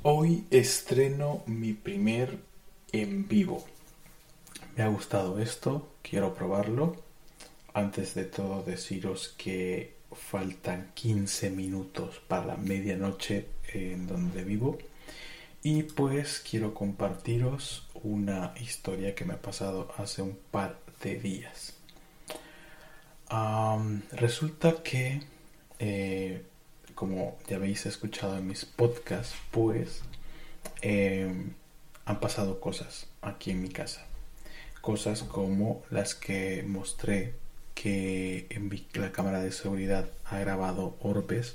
Hoy estreno mi primer en vivo. Me ha gustado esto, quiero probarlo. Antes de todo deciros que faltan 15 minutos para la medianoche en donde vivo. Y pues quiero compartiros una historia que me ha pasado hace un par de días. Resulta que, como ya habéis escuchado en mis podcasts, pues eh, han pasado cosas aquí en mi casa. Cosas como las que mostré que la cámara de seguridad ha grabado orbes.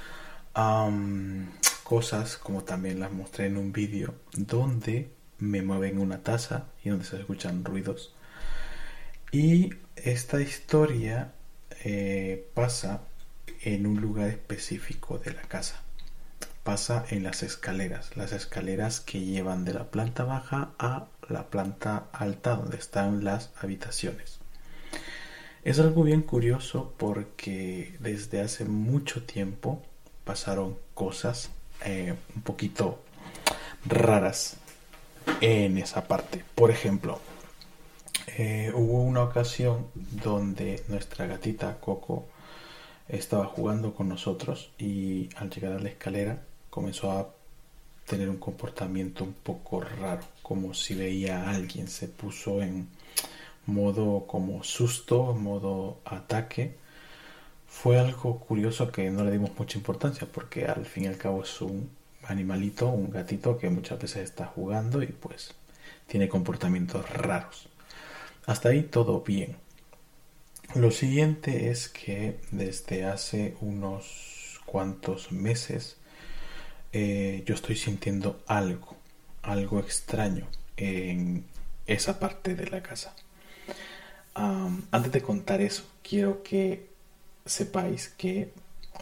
Cosas como también las mostré en un vídeo donde me mueven una taza y donde se escuchan ruidos. Y esta historia pasa en un lugar específico de la casa. Pasa en las escaleras que llevan de la planta baja a la planta alta donde están las habitaciones. Es algo bien curioso porque desde hace mucho tiempo pasaron cosas un poquito raras en esa parte. Por ejemplo, hubo una ocasión donde nuestra gatita Coco estaba jugando con nosotros y al llegar a la escalera comenzó a tener un comportamiento un poco raro, como si veía a alguien. Se puso en modo como susto, modo ataque. Fue algo curioso que no le dimos mucha importancia porque al fin y al cabo es un animalito, un gatito que muchas veces está jugando y pues tiene comportamientos raros. Hasta ahí todo bien. Lo siguiente es que desde hace unos cuantos meses yo estoy sintiendo algo extraño en esa parte de la casa. Antes de contar eso, quiero que sepáis que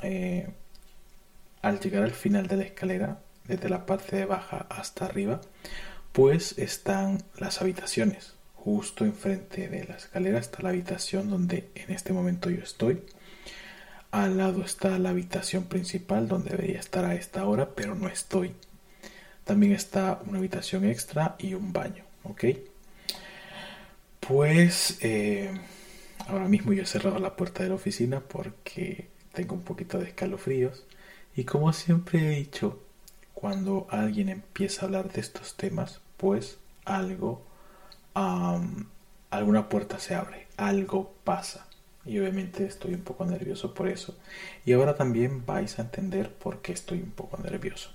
al llegar al final de la escalera, desde la parte de baja hasta arriba, pues están las habitaciones. Justo enfrente de la escalera está la habitación donde en este momento yo estoy. Al lado está la habitación principal donde debería estar a esta hora, pero no estoy. También está una habitación extra y un baño, ¿ok? Pues ahora mismo yo he cerrado la puerta de la oficina porque tengo un poquito de escalofríos. Y como siempre he dicho, cuando alguien empieza a hablar de estos temas, pues alguna puerta se abre, algo pasa. Y obviamente estoy un poco nervioso por eso. Y ahora también vais a entender por qué estoy un poco nervioso.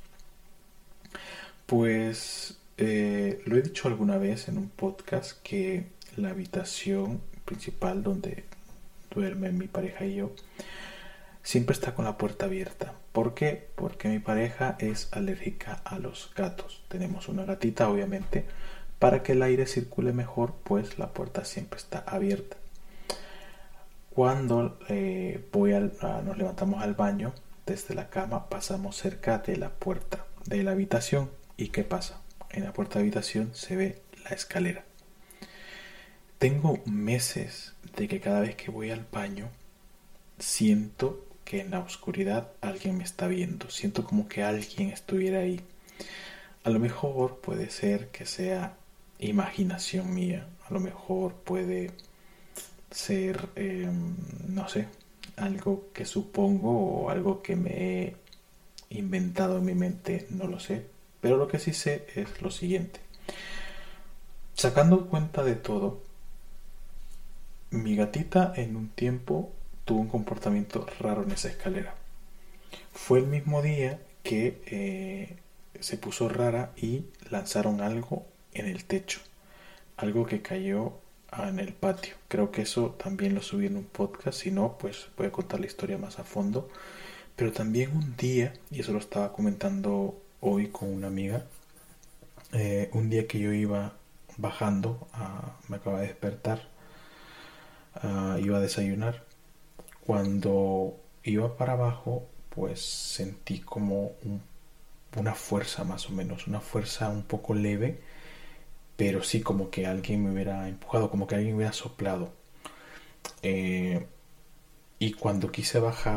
Pues lo he dicho alguna vez en un podcast que la habitación principal donde duermen mi pareja y yo siempre está con la puerta abierta. ¿Por qué? Porque mi pareja es alérgica a los gatos. Tenemos una gatita, obviamente. Para que el aire circule mejor, pues la puerta siempre está abierta. Cuando nos levantamos al baño, desde la cama pasamos cerca de la puerta de la habitación. ¿Y qué pasa? En la puerta de la habitación se ve la escalera. Tengo meses de que cada vez que voy al baño siento que en la oscuridad alguien me está viendo. Siento como que alguien estuviera ahí. A lo mejor puede ser que sea imaginación mía. A lo mejor puede ser, no sé, algo que supongo o algo que me he inventado en mi mente, no lo sé. Pero lo que sí sé es lo siguiente. Sacando cuenta de todo, mi gatita en un tiempo tuvo un comportamiento raro en esa escalera. Fue el mismo día que se puso rara y lanzaron algo en el techo. Algo que cayó en el patio. Creo que eso también lo subí en un podcast. Si no, pues voy a contar la historia más a fondo. Pero también un día, y eso lo estaba comentando hoy con una amiga, un día que yo iba bajando, me acaba de despertar, iba a desayunar. Cuando iba para abajo, pues sentí como una fuerza más o menos, una fuerza un poco leve, pero sí como que alguien me hubiera empujado, como que alguien me hubiera soplado. Y cuando quise bajar,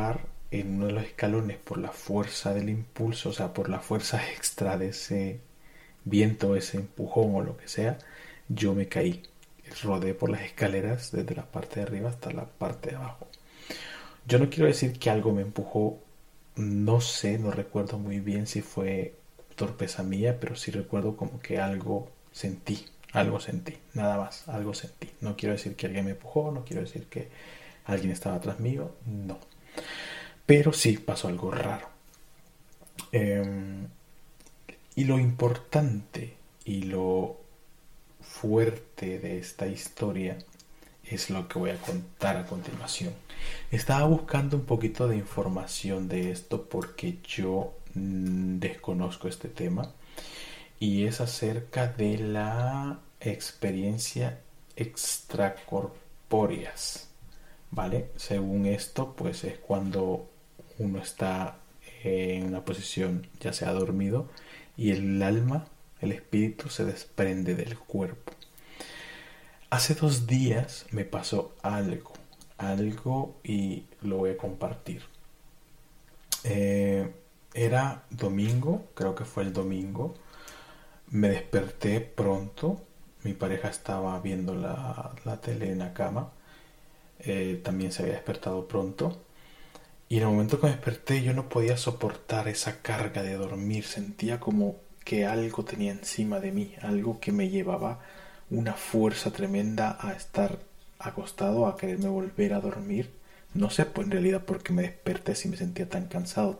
en uno de los escalones por la fuerza del impulso, o sea, por la fuerza extra de ese viento, ese empujón o lo que sea, yo me caí. Rodé por las escaleras desde la parte de arriba hasta la parte de abajo. Yo no quiero decir que algo me empujó, no sé, no recuerdo muy bien si fue torpeza mía, pero sí recuerdo como que algo sentí, nada más, algo sentí. No quiero decir que alguien me empujó, no quiero decir que alguien estaba atrás mío, no. Pero sí pasó algo raro. Eh, y lo importante y lo fuerte de esta historia es lo que voy a contar a continuación. Estaba buscando un poquito de información de esto porque yo desconozco este tema y es acerca de la experiencia extracorpóreas, ¿vale? Según esto, pues es cuando uno está en una posición ya sea dormido y el alma, el espíritu se desprende del cuerpo. Hace 2 días me pasó algo y lo voy a compartir. Eh, Era domingo, creo que fue el domingo. Me desperté pronto. Mi pareja estaba viendo la tele en la cama. También se había despertado pronto. Y en el momento que me desperté yo no podía soportar esa carga de dormir. Sentía como que algo tenía encima de mí, algo que me llevaba una fuerza tremenda a estar acostado, a quererme volver a dormir. No sé, pues en realidad porque me desperté si me sentía tan cansado,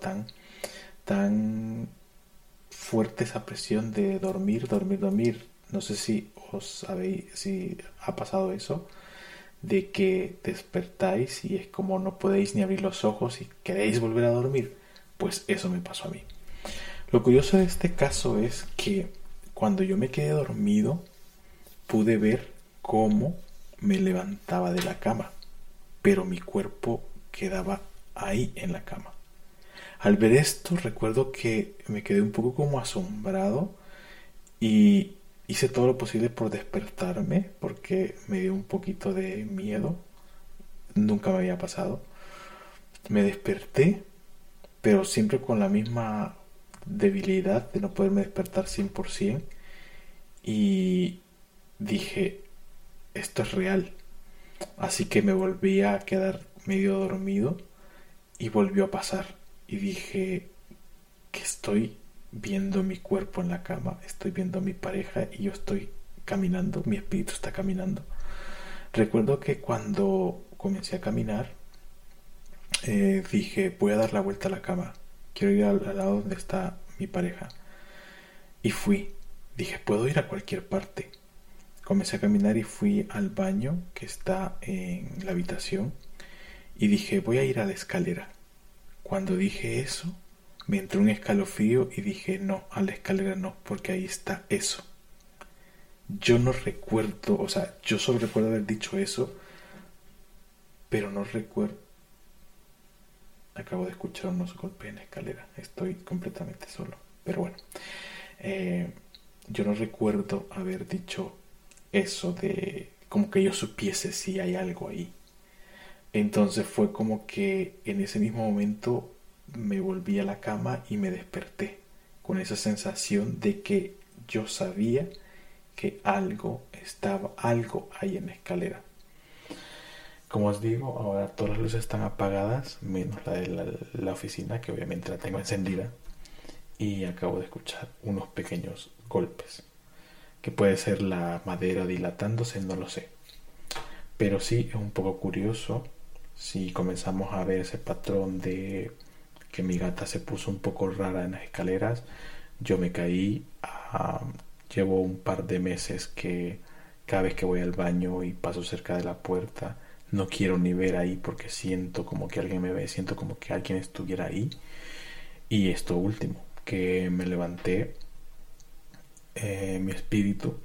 tan fuerte esa presión de dormir, dormir, dormir. No sé si os habéis, si ha pasado eso, de que despertáis y es como no podéis ni abrir los ojos y queréis volver a dormir. Pues eso me pasó a mí. Lo curioso de este caso es que cuando yo me quedé dormido pude ver cómo me levantaba de la cama, pero mi cuerpo quedaba ahí en la cama. Al ver esto recuerdo que me quedé un poco como asombrado y hice todo lo posible por despertarme porque me dio un poquito de miedo. Nunca me había pasado. Me desperté, pero siempre con la misma debilidad de no poderme despertar 100%. Y dije, esto es real. Así que me volví a quedar medio dormido y volvió a pasar. Y dije que estoy viendo mi cuerpo en la cama, estoy viendo a mi pareja y yo estoy caminando, mi espíritu está caminando. Recuerdo que cuando comencé a caminar, dije, voy a dar la vuelta a la cama, quiero ir al lado donde está mi pareja. Y fui, dije, puedo ir a cualquier parte. Comencé a caminar y fui al baño que está en la habitación y dije, voy a ir a la escalera. Cuando dije eso, me entró un escalofrío y dije, no, a la escalera no, porque ahí está eso. Yo no recuerdo, o sea, yo solo recuerdo haber dicho eso, pero no recuerdo. Acabo de escuchar unos golpes en la escalera, estoy completamente solo. Pero bueno, eh, yo no recuerdo haber dicho eso de como que yo supiese si hay algo ahí. Entonces fue como que en ese mismo momento me volví a la cama y me desperté con esa sensación de que yo sabía que algo ahí en la escalera. Como os digo, ahora todas las luces están apagadas, menos la de la oficina, que obviamente la tengo encendida, y acabo de escuchar unos pequeños golpes, que puede ser la madera dilatándose, no lo sé. Pero sí es un poco curioso si comenzamos a ver ese patrón de que mi gata se puso un poco rara en las escaleras. Yo me caí, llevo un par de meses que cada vez que voy al baño y paso cerca de la puerta no quiero ni ver ahí porque siento como que alguien me ve, siento como que alguien estuviera ahí. Y esto último, que me levanté, mi espíritu,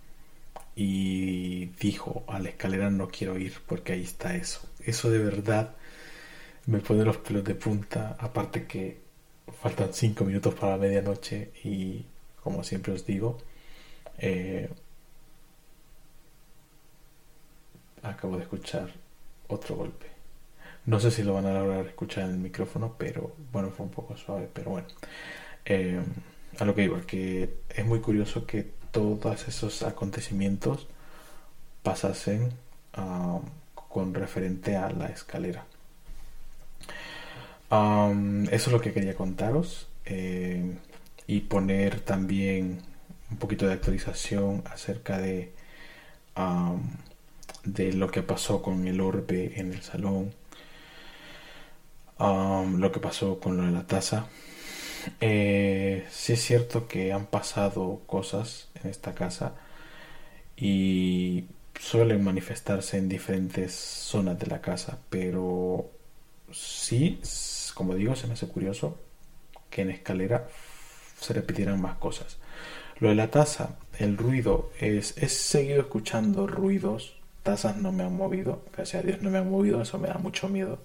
y dijo, a la escalera no quiero ir porque ahí está eso. Eso de verdad me pone los pelos de punta, aparte que faltan 5 minutos para la medianoche y como siempre os digo, eh, acabo de escuchar otro golpe. No sé si lo van a lograr escuchar en el micrófono, pero bueno, fue un poco suave, pero bueno. Eh, a lo que iba, que es muy curioso que todos esos acontecimientos pasasen con referente a la escalera. Eso es lo que quería contaros, y poner también un poquito de actualización acerca um, de lo que pasó con el orbe en el salón, lo que pasó con lo de la taza. Sí es cierto que han pasado cosas en esta casa y suelen manifestarse en diferentes zonas de la casa, pero sí, como digo, se me hace curioso que en escalera se repitieran más cosas. Lo de la taza, el ruido, he seguido escuchando ruidos. Tazas no me han movido, gracias a Dios no me han movido, eso me da mucho miedo.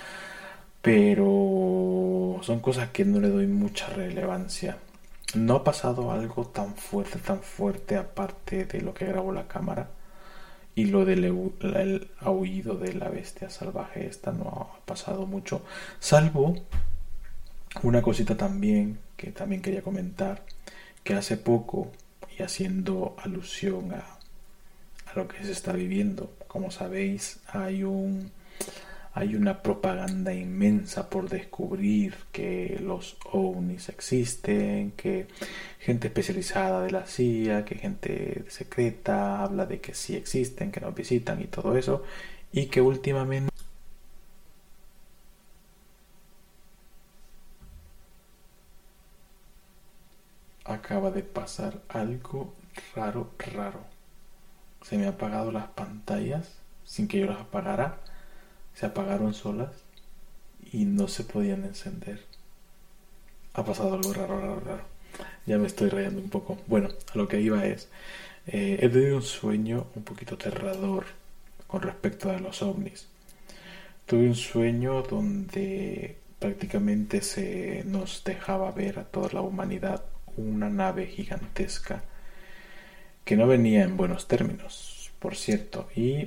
Pero son cosas que no le doy mucha relevancia. No ha pasado algo tan fuerte aparte de lo que grabó la cámara. Y lo del el aullido de la bestia salvaje, esta no ha pasado mucho. Salvo una cosita también que también quería comentar, que hace poco, y haciendo alusión a lo que se está viviendo, como sabéis, hay una propaganda inmensa por descubrir que los ovnis existen, que gente especializada de la CIA, que gente secreta habla de que sí existen, que nos visitan y todo eso, y que últimamente acaba de pasar algo raro. Se me han apagado las pantallas sin que yo las apagara, se apagaron solas y no se podían encender. Ha pasado algo raro. Ya me estoy rayando un poco. Bueno, a lo que iba es, he tenido un sueño un poquito aterrador con respecto a los ovnis. Tuve un sueño donde prácticamente se nos dejaba ver a toda la humanidad una nave gigantesca que no venía en buenos términos, por cierto, y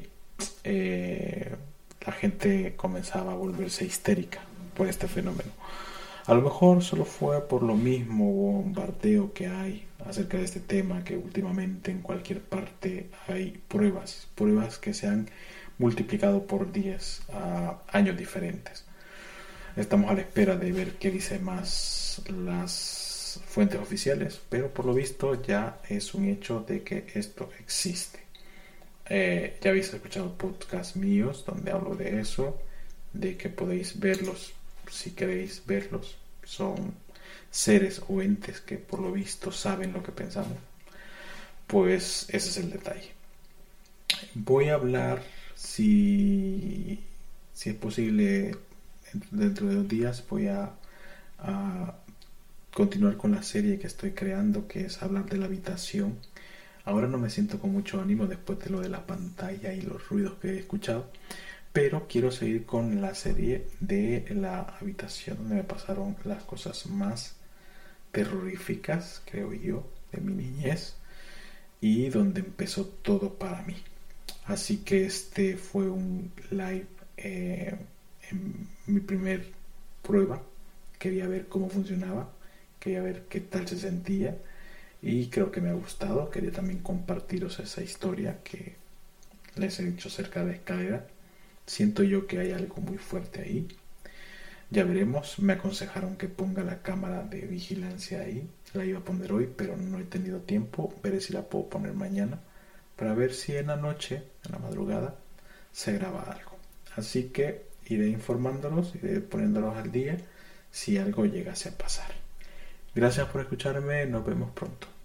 la gente comenzaba a volverse histérica por este fenómeno. A lo mejor solo fue por lo mismo bombardeo que hay acerca de este tema, que últimamente en cualquier parte hay pruebas que se han multiplicado por 10 a años diferentes. Estamos a la espera de ver qué dice más las fuentes oficiales, pero por lo visto ya es un hecho de que esto existe. Ya habéis escuchado podcasts míos donde hablo de eso, de que podéis verlos si queréis verlos. Son seres o entes que por lo visto saben lo que pensamos. Pues ese es el detalle. Voy a hablar, si es posible, dentro de 2 días voy a continuar con la serie que estoy creando, que es hablar de la habitación. Ahora no me siento con mucho ánimo después de lo de la pantalla y los ruidos que he escuchado, pero quiero seguir con la serie de la habitación, donde me pasaron las cosas más terroríficas, creo yo, de mi niñez, y donde empezó todo para mí. Así que este fue un live, en mi primer prueba. Quería ver cómo funcionaba, quería ver qué tal se sentía, y creo que me ha gustado. Quería también compartiros esa historia que les he dicho acerca de la escalera. Siento yo que hay algo muy fuerte ahí. Ya veremos. Me aconsejaron que ponga la cámara de vigilancia ahí. La iba a poner hoy, pero no he tenido tiempo. Veré si la puedo poner mañana, para ver si en la noche, en la madrugada, se graba algo. Así que iré informándolos, iré poniéndolos al día si algo llegase a pasar. Gracias por escucharme. Nos vemos pronto.